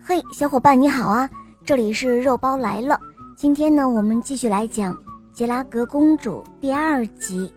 嘿，小伙伴你好啊，这里是肉包来了。今天呢，我们继续来讲杰拉格公主第2集。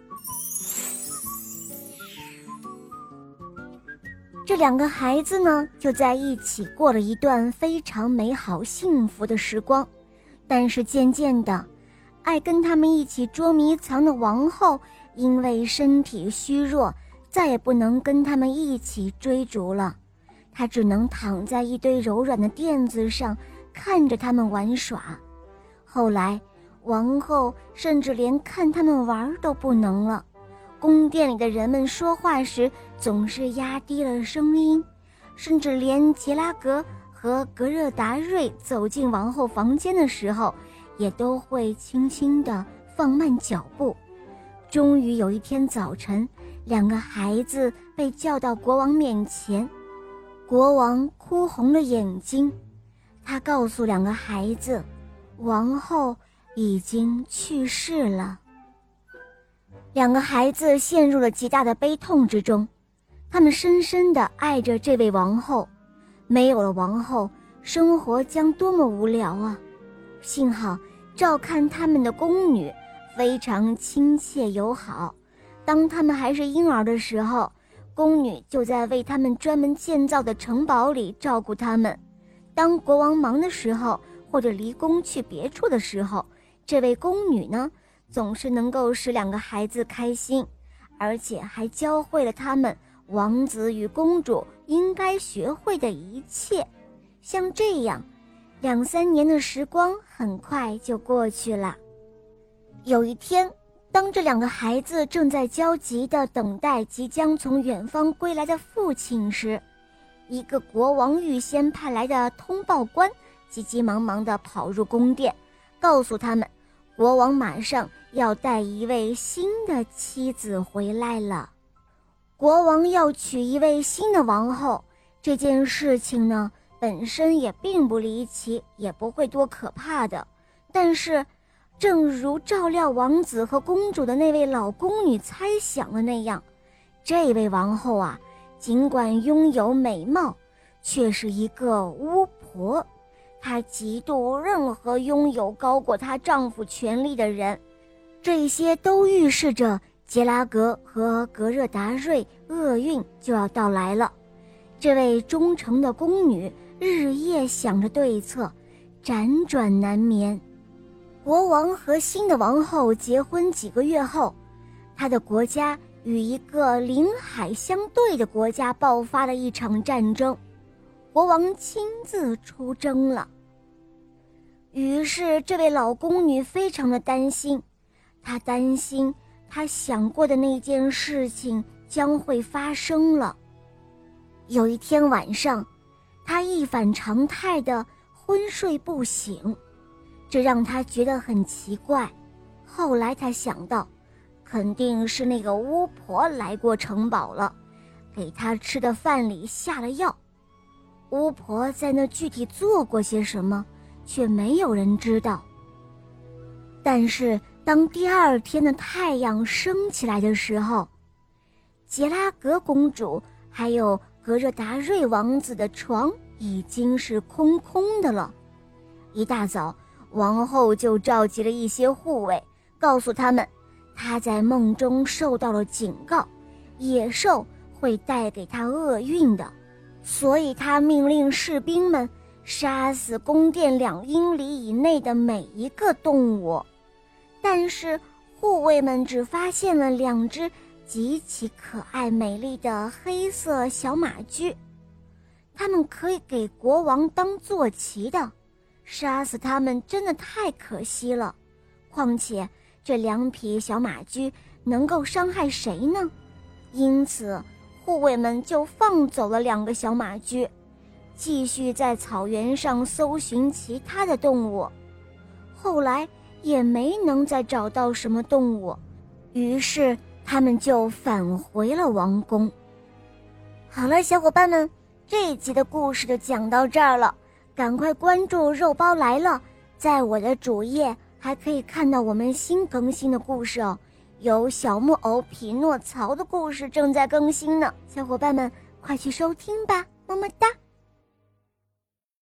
这2个孩子呢，就在一起过了一段非常美好幸福的时光。但是渐渐的，爱跟他们一起捉迷藏的王后因为身体虚弱，再也不能跟他们一起追逐了。她只能躺在一堆柔软的垫子上，看着他们玩耍。后来，王后甚至连看他们玩都不能了。宫殿里的人们说话时总是压低了声音，甚至连杰拉格和格热达瑞走进王后房间的时候，也都会轻轻地放慢脚步。终于有一天早晨，2个孩子被叫到国王面前。国王哭红了眼睛，他告诉2个孩子，王后已经去世了。2个孩子陷入了极大的悲痛之中，他们深深地爱着这位王后，没有了王后，生活将多么无聊啊！幸好照看他们的宫女非常亲切友好，当他们还是婴儿的时候，宫女就在为他们专门建造的城堡里照顾他们。当国王忙的时候，或者离宫去别处的时候，这位宫女呢，总是能够使2个孩子开心，而且还教会了他们王子与公主应该学会的一切。像这样，2-3年的时光很快就过去了。有一天，当这2个孩子正在焦急地等待即将从远方归来的父亲时，一个国王预先派来的通报官急急忙忙地跑入宫殿，告诉他们，国王马上要带一位新的妻子回来了。国王要娶一位新的王后，这件事情呢，本身也并不离奇，也不会多可怕的。但是正如照料王子和公主的那位老宫女猜想的那样，这位王后啊，尽管拥有美貌，却是一个巫婆。她嫉妒任何拥有高过她丈夫权力的人。这些都预示着杰拉格和格热达瑞厄运就要到来了。这位忠诚的宫女日夜想着对策，辗转难眠。国王和新的王后结婚几个月后，他的国家与一个临海相对的国家爆发了一场战争，国王亲自出征了。于是这位老宫女非常的担心，她担心她想过的那件事情将会发生了。有一天晚上，她一反常态的昏睡不醒，这让他觉得很奇怪。后来他想到，肯定是那个巫婆来过城堡了，给他吃的饭里下了药。巫婆在那具体做过些什么，却没有人知道。但是当第2天的太阳升起来的时候，杰拉格公主还有格热达瑞王子的床已经是空空的了。一大早，王后就召集了一些护卫，告诉他们，她在梦中受到了警告，野兽会带给她厄运的，所以她命令士兵们杀死宫殿2英里以内的每一个动物。但是护卫们只发现了2只极其可爱美丽的黑色小马驹，它们可以给国王当坐骑的。杀死他们真的太可惜了，况且这2匹小马驹能够伤害谁呢？因此护卫们就放走了2个小马驹，继续在草原上搜寻其他的动物。后来也没能再找到什么动物，于是他们就返回了王宫。好了，小伙伴们，这一集的故事就讲到这儿了。赶快关注肉包来了，在我的主页还可以看到我们新更新的故事哦，有小木偶匹诺曹的故事正在更新呢，小伙伴们快去收听吧，么么哒。